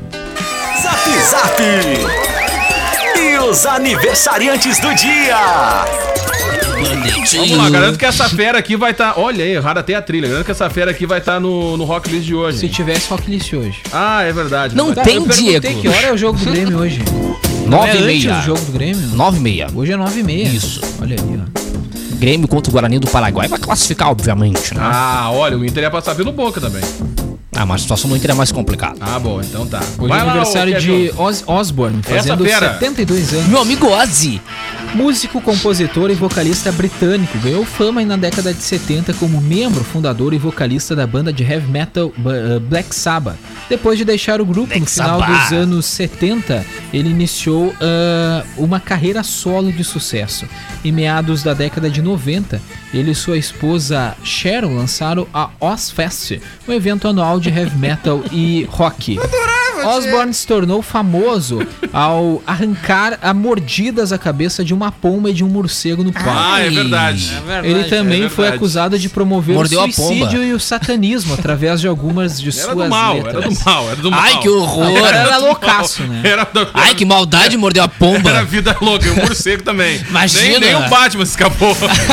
Zap! E os aniversariantes do dia. Vamos lá, garanto que essa fera aqui vai estar... Olha aí, erraram até a trilha. Garanto que essa fera aqui vai estar no Rock List de hoje. Se tivesse Rock List hoje. É verdade. Não tem, Diego. Que hora é o jogo do Grêmio hoje? 9h30. O jogo do Grêmio? 9h30. Hoje é 9h30. Isso. Olha aí, ó. Grêmio contra o Guarani do Paraguai. Vai classificar, obviamente, né? Olha, o Inter ia passar pelo Boca também. Mas a situação do Inter é mais complicada. Bom, então tá. Hoje é aniversário de Osborne, fazendo 72 anos. Meu amigo Ozzy. Músico, compositor e vocalista britânico, ganhou fama na década de 70 como membro, fundador e vocalista da banda de heavy metal Black Sabbath. Depois de deixar o grupo no final dos anos 70, ele iniciou uma carreira solo de sucesso. Em meados da década de 90, ele e sua esposa Cheryl lançaram a Ozfest, um evento anual de heavy metal e rock. Osborne se tornou famoso ao arrancar a mordidas a cabeça de uma pomba e de um morcego no palco. É verdade. Ele também foi acusado de promover o suicídio e o satanismo através de algumas de suas letras. Era do mal. Ai, que horror. Era loucaço, né? Ai, que maldade, mordeu a pomba. Era vida louca, e o morcego também. Imagina. Nem o Batman escapou.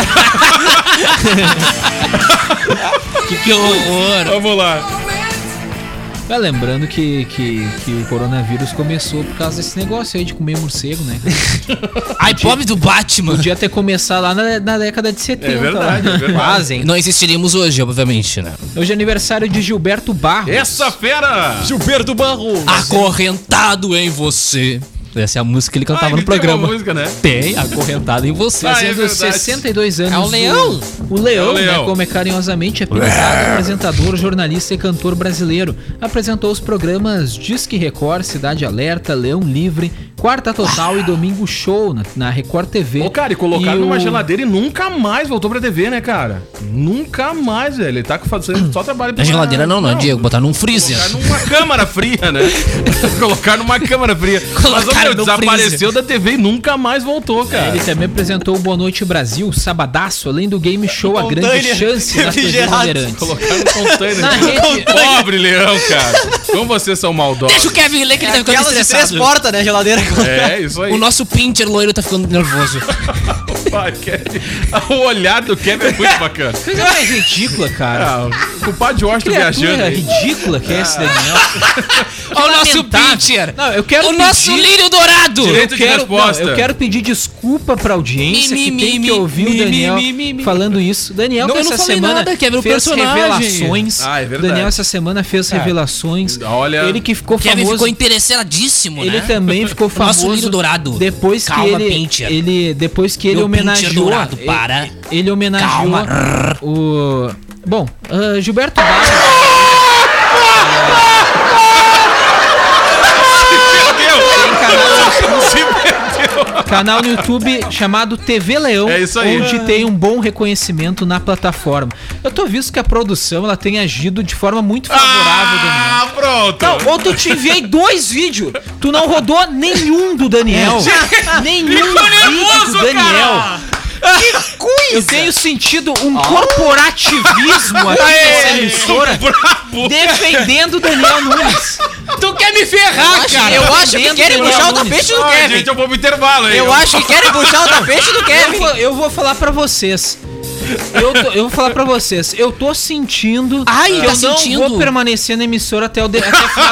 Que horror. Vamos lá. Lembrando que o coronavírus começou por causa desse negócio aí de comer morcego, né? Ai, pobre do Batman. Podia ter começado lá na década de 70. É verdade. Quase, hein? Não existiríamos hoje, obviamente, né? Hoje é aniversário de Gilberto Barros. Essa fera! Gilberto Barros. Acorrentado em você. Essa é a música que ele cantava no programa. Tem uma música, né? Tem, Acorrentado em você. Fazendo 62 anos. É o Leão. O Leão, né, como é carinhosamente apelidado, apresentador, jornalista e cantor brasileiro. Apresentou os programas Disque Record, Cidade Alerta, Leão Livre, Quarta Total e Domingo Show na Record TV. Cara, e colocaram numa geladeira e nunca mais voltou pra TV, né, cara? Nunca mais, velho. Ele tá fazendo só trabalho pra... Na geladeira não, Diego. Botar num freezer. Colocar numa câmara fria, né? Colocar numa câmara fria. Mas, desapareceu da TV e nunca mais voltou, cara. Ele também apresentou o Boa Noite Brasil, Sabadaço, além do game show A Grande Chance na TV Bandeirantes. Colocaram no container. Pobre Leão, cara. Como vocês são maldosos. Deixa o Kevin ler que ele tá ficando estressado. 3 portas, né, geladeira. É, isso aí. O nosso pincher loiro tá ficando nervoso. Vai, Kevin. O olhar do Kevin é muito bacana. Coisa mais ridícula, cara. Ah, o compadre Washington viajando Criatura aí. ridícula que é esse Daniel. Olha o nosso lamentável. pitcher. Não, eu quero O nosso pedir- lírio dourado. Direito de resposta. eu quero pedir desculpa pra audiência Mi, que mi, tem mi, que ouvir mi, o Daniel mi. falando isso. Daniel Não, que eu não essa falei semana nada, Kevin, o fez personagem. revelações. Ah, é verdade. Daniel essa semana fez revelações. Olha- Ele que ficou Kevin famoso. ficou interessadíssimo, Ele né? também ficou O nosso famoso lírio dourado. depois Calma, que pincher. depois que ele Meu pincher homenageou dourado, para. ele homenageou Calma. o bom, Gilberto Barros. Canal no YouTube chamado TV Leão, É isso aí. onde tem um bom reconhecimento na plataforma. Eu tô visto que a produção ela tem agido de forma muito favorável, Daniel. Ah, pronto. Não, ontem eu te enviei 2 vídeos. Tu não rodou nenhum do Daniel. Nenhum vídeo do Daniel. Que coisa! Eu tenho sentido um corporativismo aqui nessa emissora defendendo o Daniel Nunes. Tu quer me ferrar, cara? Eu acho que querem puxar o tapete do Ai, Kevin. gente, eu vou pro intervalo aí. Eu acho que querem puxar o tapete do Kevin. Eu vou falar pra vocês. Eu vou falar pra vocês. Eu tô sentindo Ai, que tá eu não sentindo. vou permanecer na emissora até o final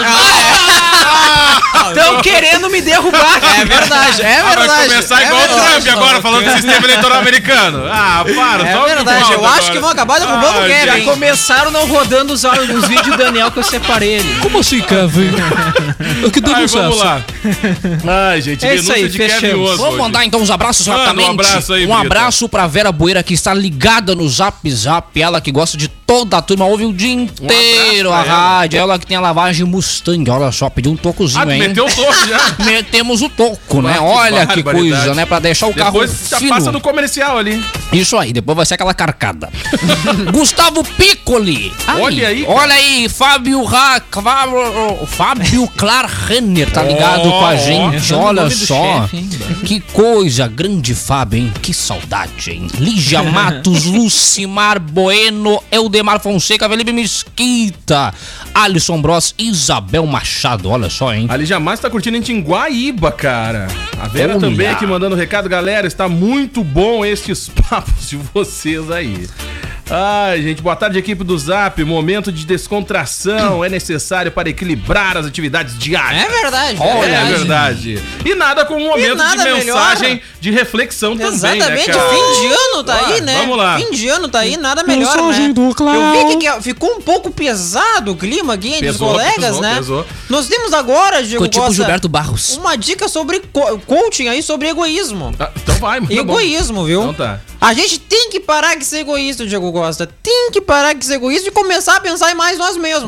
do Estão querendo me derrubar. É verdade, é Ah, vai verdade. começar é igual o verdade. Trump agora, falando do sistema eleitoral americano. Ah, para. É só verdade, eu acho que vão acabar derrubando o Já Kevin. começaram não rodando os vídeos do Daniel que eu separei ele. Como assim, Kevin? Que Ai, vamos lá. Ai, gente, É isso denúncia aí, de fechamos. Kevin Oswald. Vamos mandar então os abraços Manda um rapidamente. abraço aí, Um Brita. abraço pra Vera Boeira, que está ligada no Zap Zap. Ela que gosta de toda a turma, ouve o dia inteiro a abraço pra ela. rádio. Ela que tem a lavagem Mustang. Olha só, pediu um tocozinho Ah, tu aí. meteu o toco já. Metemos o toco, né? Ah, que Olha que barbaridade. coisa, né? Pra deixar o carro Depois já fino. passa no comercial ali. Isso aí, depois vai ser aquela carcada. Gustavo Piccoli. Olha aí, cara. Olha aí, Fábio Clar Renner tá ligado com a gente. Olha só. Que coisa, grande Fábio, hein? Que saudade, hein? Lígia Matos, Lucimar Bueno, Eudemar Fonseca, Felipe Mesquita, Alisson Bros, Isabel Machado. Olha só, hein? Ali jamais tá curtindo a gente em Guaíba, cara. A Vera Olha. também aqui mandando recado. Galera, está muito bom estes papos de vocês aí. Ai, gente, boa tarde, equipe do Zap. Momento de descontração é necessário para equilibrar as atividades diárias. É verdade. É verdade. E nada como um momento de nada mensagem melhor. de reflexão também, Exatamente, né, cara? fim de ano tá Vai, aí, né? vamos lá. Fim de ano tá aí, nada melhor, né? Eu vi que ficou um pouco pesado o clima aqui entre os Pesou, colegas, pesou, né? pesou. Nós temos agora, Diego Ficou tipo Costa, Gilberto Barros. uma dica sobre coaching aí, sobre egoísmo. Ah, então vai, mano. Egoísmo, viu? Então tá. A gente tem que parar de ser egoísta, Diego Costa. Tem que parar de ser egoísta e começar a pensar em mais nós mesmos.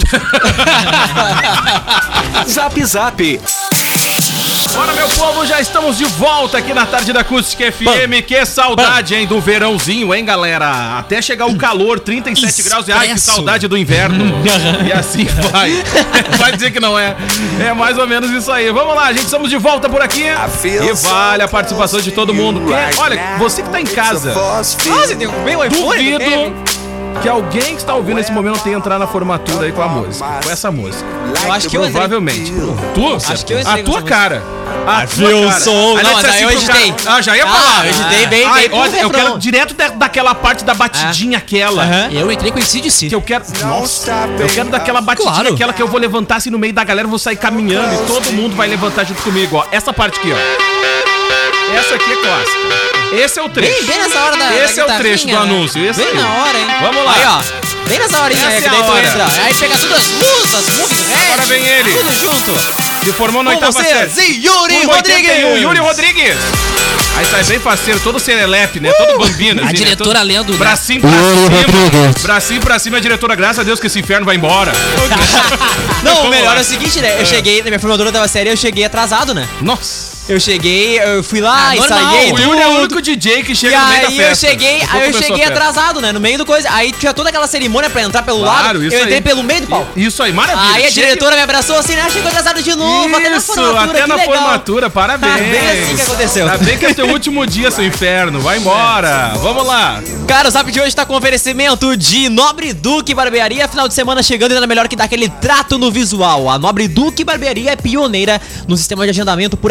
Zap Zap. Bora, meu povo, já estamos de volta aqui na tarde da Acústica FM. Que saudade, hein, do verãozinho, hein, galera? Até chegar o calor, 37 graus. E ai, que Expresso. saudade do inverno. E assim vai. Vai dizer que não é. É mais ou menos isso aí. Vamos lá, gente, estamos de volta por aqui. E vale a participação de todo mundo. Olha, você que tá em casa, Você derrubei o iPhone do Kevin? duvido que alguém que está ouvindo nesse momento tenha entrar na formatura aí com a música. Com essa música. Eu acho que eu entrei. Provavelmente. Tu? Acho que eu A entrei com tua essa cara. A tua Eu cara. sou- Aí Não, deve ser mas aí eu pro cara- editei. Ah, já ia Ah, falar. eu editei bem, Ai, bem pro olha, eu refrão. quero direto daquela parte da batidinha aquela. Aham. Eu entrei com esse de si. Que eu quero. Nossa, eu quero daquela batidinha Claro. aquela que eu vou levantar assim no meio da galera, eu vou sair caminhando e todo mundo vai levantar junto comigo, ó. Essa parte aqui, ó. Essa aqui é clássica. Esse é o trecho. Bem nessa hora da Esse é o guitarrinha, trecho do né? anúncio. Esse Bem aí. na hora, hein? Vamos lá. Aí, ó. Bem nessa horinha Essa aí, é que a daí tu hora. entra. Aí pega todas as luzes, moving head. Agora vem ele. Tudo junto. Se formou na Com oitava série. vocês, Yuri Turma 81, Rodrigues. Yuri Rodrigues. Aí sai bem parceiro, todo serelepe, né? Todo bambino. A assim, né? diretora Todo- lendo, né? Bracinho pra cima. Bracinho pra cima, a diretora, graças a Deus que esse inferno vai embora. Não, o Vamos melhor lá. é o seguinte, né? Eu cheguei, na minha formadora da série, eu cheguei atrasado, né? Nossa. Eu cheguei, eu fui lá, normal, ensaiei O Yuri é o único DJ que E chega no meio da aí festa. eu cheguei, Depois começou a festa. atrasado, né? No meio do coisa. Aí tinha toda aquela cerimônia pra entrar pelo Claro, lado. isso Eu entrei aí. pelo meio do palco. Isso aí, maravilha. Aí a Chega- diretora me abraçou assim, né? Chegou atrasado de novo, até na Isso, formatura. até que na legal. formatura, parabéns. Tá bem assim que aconteceu. Tá bem que é teu último dia, seu inferno. Vai embora. Vamos lá. Cara, o Zap de hoje tá com oferecimento de Nobre Duque Barbearia. Final de semana chegando e nada melhor que dar aquele trato no visual. A Nobre Duque Barbearia é pioneira no sistema de agendamento por aplicativo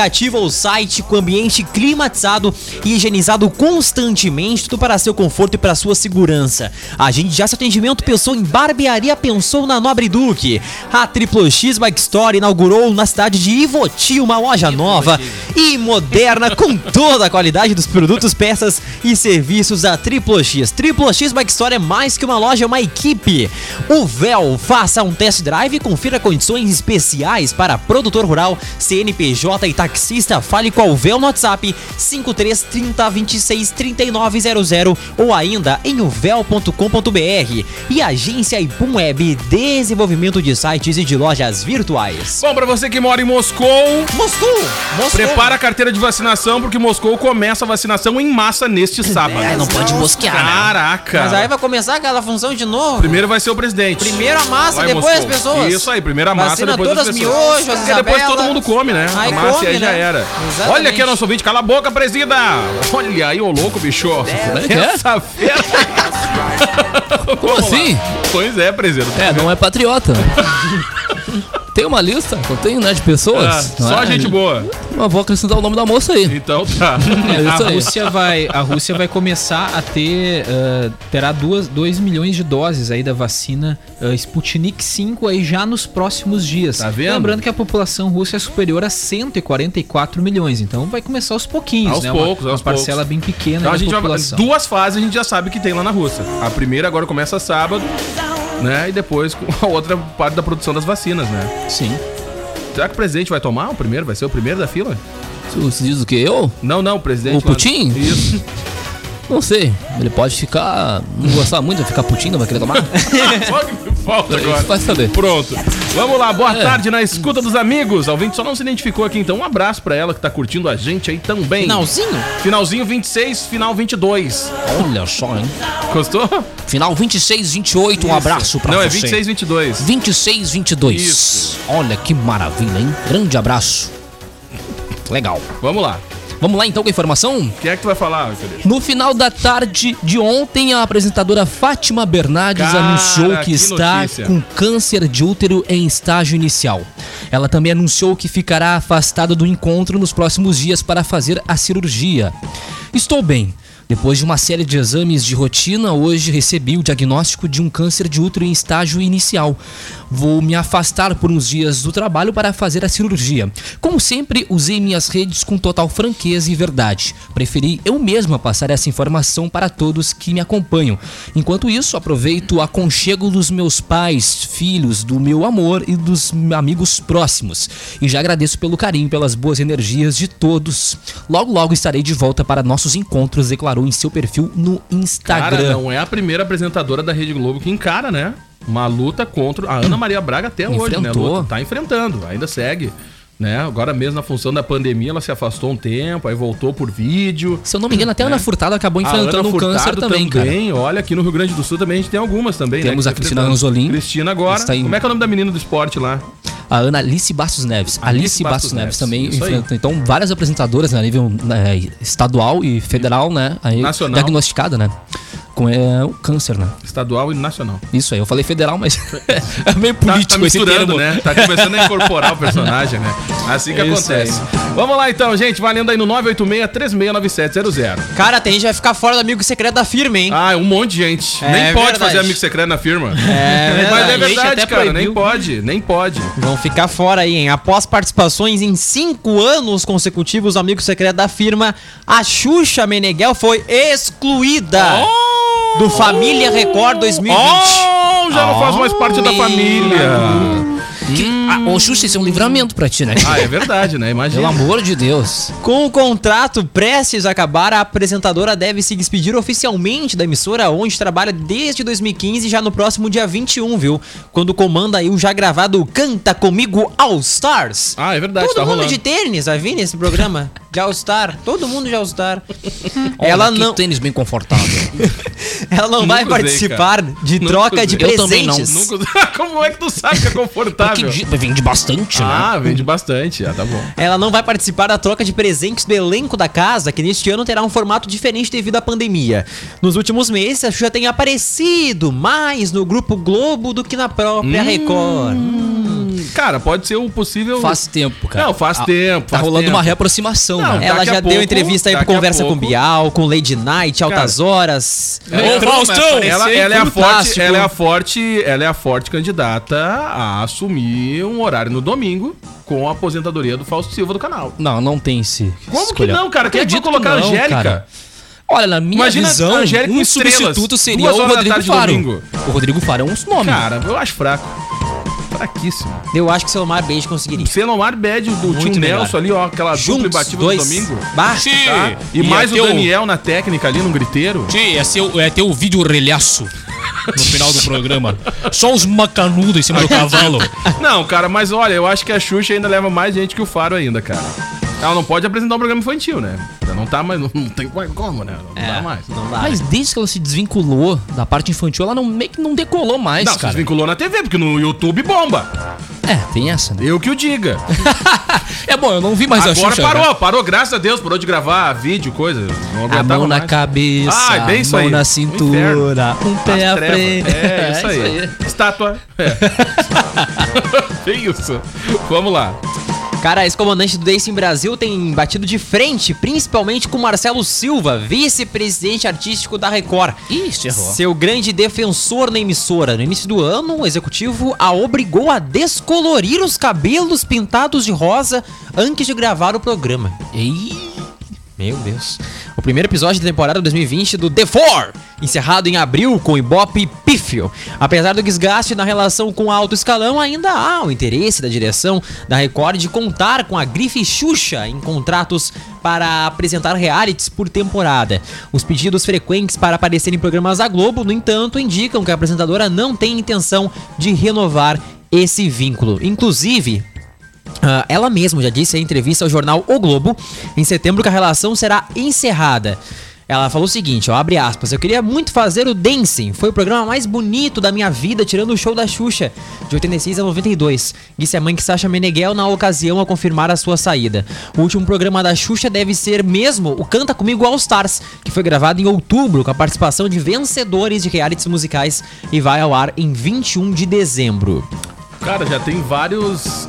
aplicativo ou site com ambiente climatizado e higienizado constantemente, tudo para seu conforto e para sua segurança. Agende já seu atendimento, pensou em barbearia, pensou na Nobre Duque. A Triplo X Bike Store inaugurou na cidade de Ivoti uma loja nova e moderna com toda a qualidade dos produtos, peças e serviços da Triplo X. Triplo X Bike Store é mais que uma loja, é uma equipe. O Véu, faça um test drive e confira condições especiais para produtor rural, CNPJ e taxista. Fale com o Véu no WhatsApp 5330 26 3900 ou ainda em uvel.com.br. E agência Ipum Web, desenvolvimento de sites e de lojas virtuais. Bom, pra você que mora em Moscou, prepara a carteira de vacinação, porque Moscou começa a vacinação em massa neste sábado. Não pode mosquear, Caraca. Mas aí vai começar aquela função de novo. Primeiro vai ser o presidente. Primeiro a massa, Vai, depois Moscou. as pessoas. Isso aí, primeiro a massa, Vacina depois todas as as pessoas. miojos, Porque depois Isabela. todo mundo come, né? Aí a massa come, aí já né? era. Exatamente. Olha aqui o nosso ouvinte, cala a boca, presida. Olha aí, ô louco, bicho. Terça-feira. Como assim? Pois é, presida. Não é patriota. Tem uma lista que eu tenho, né, de pessoas. Não Só é? gente boa. Mas vou acrescentar o nome da moça aí. Então tá. É isso aí. A Rússia vai começar a terá 2 milhões de doses aí da vacina Sputnik 5 aí já nos próximos dias. Tá vendo? Lembrando que a população russa é superior a 144 milhões, então vai começar aos pouquinhos, Aos né? poucos, uma aos parcela poucos. bem pequena Então a da gente população. duas fases a gente já sabe que tem lá na Rússia. A primeira agora começa sábado, né? E depois com a outra parte da produção das vacinas, né? Sim. Será que o presidente vai tomar o primeiro? Vai ser o primeiro da fila? Você diz o que? Eu? Não, o presidente. O Putin? Isso. Não sei. Ele pode ficar... Não gostar muito, vai ficar Putin, não vai querer tomar? Só que me falta agora. Vai saber. Pronto. Vamos lá, boa tarde na escuta dos amigos. A ouvinte só não se identificou aqui, então um abraço pra ela que tá curtindo a gente aí também. Finalzinho 26, final 22. Olha só, hein? Gostou? Final 26, 28, um abraço pra Não, você. é 26, 22. 26, 22. Isso. Olha que maravilha, hein? Grande abraço. Legal. Vamos lá. Vamos lá então com a informação? Quem é que tu vai falar, Felipe? No final da tarde de ontem, a apresentadora Fátima Bernardes Cara, anunciou que que está notícia. com câncer de útero em estágio inicial. Ela também anunciou que ficará afastada do encontro nos próximos dias para fazer a cirurgia. Estou bem. Depois de uma série de exames de rotina, hoje recebi o diagnóstico de um câncer de útero em estágio inicial. Vou me afastar por uns dias do trabalho para fazer a cirurgia. Como sempre, usei minhas redes com total franqueza e verdade. Preferi eu mesma passar essa informação para todos que me acompanham. Enquanto isso, aproveito o aconchego dos meus pais, filhos, do meu amor e dos amigos próximos. E já agradeço pelo carinho, pelas boas energias de todos. Logo, logo estarei de volta para nossos encontros, declarou em seu perfil no Instagram. Cara, não é a primeira apresentadora da Rede Globo que encara, né? Uma luta contra a Ana Maria Braga até hoje, né? Enfrentou. Luta, tá enfrentando, ainda segue. Né? Agora mesmo na função da pandemia ela se afastou um tempo, aí voltou por vídeo. Se eu não me engano, até a Ana Furtado acabou enfrentando um câncer também, cara. Olha, aqui no Rio Grande do Sul também a gente tem algumas também, Temos né? a Cristina Anzolin. Cristina agora. Está em- Como é que é o nome da menina do esporte lá? A Ana Alice Bastos Neves. Alice Bastos Neves também Isso aí. enfrenta. Então, várias apresentadoras, né, a nível estadual e federal, né? Aí, Nacional. diagnosticada, né? Com o câncer, né? Estadual e nacional. Isso aí, eu falei federal, mas é meio político tá esse misturando, termo. né? Tá começando a incorporar o personagem, né? Assim que É isso acontece. Vamos lá então, gente. Valendo aí no 986-369700. Cara, tem gente que vai ficar fora do amigo secreto da firma, hein? Ah, um monte de gente. É Nem pode verdade. fazer amigo secreto na firma. É Mas é A gente verdade, até cara. proibiu. Nem pode. Vão ficar fora aí, hein? Após participações em 5 anos consecutivos do amigo secreto da firma, a Xuxa Meneghel foi excluída do Família Record 2020. Já não faz mais parte da família. Ô, Xuxa, esse é um livramento pra ti, né? Ah, é verdade, né? Pelo Imagina. amor de Deus. Com o contrato prestes a acabar, a apresentadora deve se despedir oficialmente da emissora onde trabalha desde 2015, já no próximo dia 21, viu? Quando comanda aí o já gravado Canta Comigo All Stars. Ah, é verdade, Todo tá mundo rolando. de tênis vai vir nesse programa de All Star. Todo mundo de All Star. Olha, Ela que não, tênis bem confortável. ela não Nunca vai usei, participar cara. de Nunca troca de usei. Eu também não. presentes. Como é que tu sabe que é confortável? Porque vende bastante, né? Ah, vende bastante. Ah, tá bom. Ela não vai participar da troca de presentes do elenco da casa, que neste ano terá um formato diferente devido à pandemia. Nos últimos meses, a Xuxa tem aparecido mais no Grupo Globo do que na própria Record. Cara, pode ser o possível... Faz tempo, cara. Não, faz tempo. Tá rolando uma reaproximação, Não, né? Ela daqui já a deu pouco- entrevista aí pro daqui a Conversa pouco- com Bial, com Lady Night, Altas Horas. Ô, Faustão! Ela é a Fantástico. ela é a forte candidata a assumir um horário no domingo com a aposentadoria do Fausto Silva do canal. Não tem esse. Como que não, cara? Quem é que vai colocar a Angélica? Cara. Olha, na minha Imagina visão, a Angélica com um estrelas, substituto seria 2 o horas da Rodrigo tarde, Faro. domingo. O Rodrigo Faro é um nome. Cara, eu acho fraco. Fraquíssimo. Eu acho que o Selmar Beijo conseguiria. Selomar Bad, do Tio melhor. Nelson ali, ó, aquela dupla Juntos, imbatível do dois. domingo. Bah, Tá? E mais o Daniel na técnica ali, no griteiro. Tchê, ia ter o vídeo relhaço no final do programa. Só os macanudos em cima do cavalo. Não, cara, mas olha, eu acho que a Xuxa ainda leva mais gente que o Faro ainda, cara. Ela não pode apresentar um programa infantil, né? Já não tá mais, não tem mais como, né? Não dá mais. não dá. Mas desde que ela se desvinculou da parte infantil, ela meio que não decolou mais, Não, se cara. desvinculou na TV, porque no YouTube bomba. É, tem essa, né? Eu que o diga. É bom, eu não vi mais a Agora Xuxa. parou, graças a Deus, parou de gravar vídeo, coisa. Não A aguentava mão na mais. cabeça, Ah, é bem isso a mão aí. na Um cintura, um pé As à trevas. frente. É, isso aí. Estátua. É. Bem isso. Vamos lá. Cara, ex-comandante do Dacing Brasil tem batido de frente, principalmente com Marcelo Silva, vice-presidente artístico da Record. Ixi, errou. Seu grande defensor na emissora. No início do ano, o executivo a obrigou a descolorir os cabelos pintados de rosa antes de gravar o programa. Meu Deus. O primeiro episódio da temporada 2020 do The Four, encerrado em abril com Ibope pífio. Apesar do desgaste na relação com o alto escalão, ainda há o interesse da direção da Record de contar com a grife Xuxa em contratos para apresentar realities por temporada. Os pedidos frequentes para aparecer em programas da Globo, no entanto, indicam que a apresentadora não tem intenção de renovar esse vínculo. Inclusive, ela mesma já disse em entrevista ao jornal O Globo, em setembro, que a relação será encerrada. Ela falou o seguinte, ó, abre aspas: eu queria muito fazer o Dancing, foi o programa mais bonito da minha vida, tirando o show da Xuxa, de 86 a 92. Disse a mãe que Sasha Meneghel na ocasião a confirmar a sua saída. O último programa da Xuxa deve ser mesmo o Canta Comigo All Stars, que foi gravado em outubro com a participação de vencedores de realities musicais e vai ao ar em 21 de dezembro. Cara, já tem várias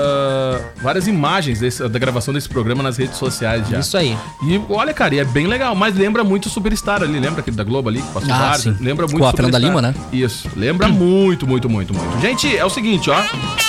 imagens da gravação desse programa nas redes sociais já. Isso aí. E olha, cara, e é bem legal, mas lembra muito o Superstar ali, lembra aquele da Globo ali? Que passou vários? sim. Lembra muito Com a Fernanda Superstar. Lima, né? Isso, lembra muito. Gente, é o seguinte, ó.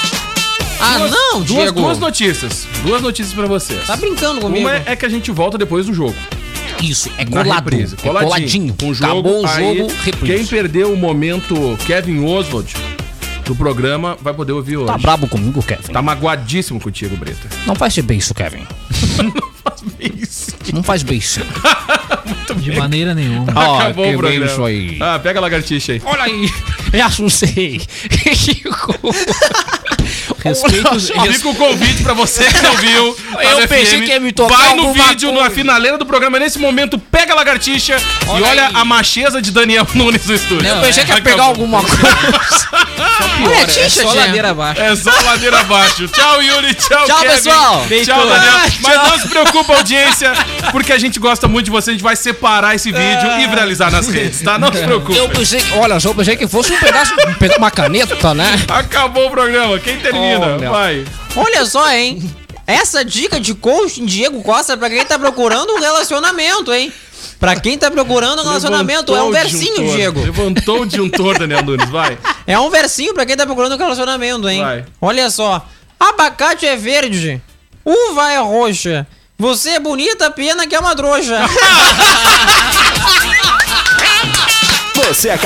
Duas notícias pra vocês. Tá brincando comigo? Uma é que a gente volta depois do jogo. Isso, é Na colado. reprise, É coladinho. Com o jogo, Acabou o aí, jogo, reprise. quem perdeu o momento Kevin Oswald do programa vai poder ouvir hoje. Tá brabo comigo, Kevin? Tá magoadíssimo contigo, Breta. Não faz bem isso, Kevin. Isso. Não faz bem isso. De maneira nenhuma. Acabou que o programa. bem isso aí. Ah, pega a lagartixa aí. Olha aí, me assustei. Fica o convite pra você que não viu. Eu pensei que ia me tocar Vai no alguma vídeo, coisa. na finaleira do programa, nesse momento, pega a lagartixa e olha aí. a macheza de Daniel Nunes no estúdio. Eu pensei que ia pegar Acabou. alguma coisa. Olha, Tixa, Só tia. ladeira abaixo. É só ladeira abaixo. Tchau, Yuri. Tchau, Tchau, Kevin. pessoal. Tchau, Daniel. Mas não se preocupa, audiência, porque a gente gosta muito de você. A gente vai separar esse vídeo e viralizar nas redes, tá? Não se preocupe. Eu pensei, olha só, eu pensei que fosse um pedaço, uma caneta, né? Acabou o programa. Quem termina? Olha. Vai. Olha só, hein? Essa dica de coaching Diego Costa é pra quem tá procurando um relacionamento, hein? Pra quem tá procurando um relacionamento, é um Levantou o versinho, disjuntor. Diego. Levantou o disjuntor, Daniel Nunes. Vai. É um versinho pra quem tá procurando um relacionamento, hein? Vai. Olha só. Abacate é verde, uva é roxa. Você é bonita, pena que é uma trouxa. Você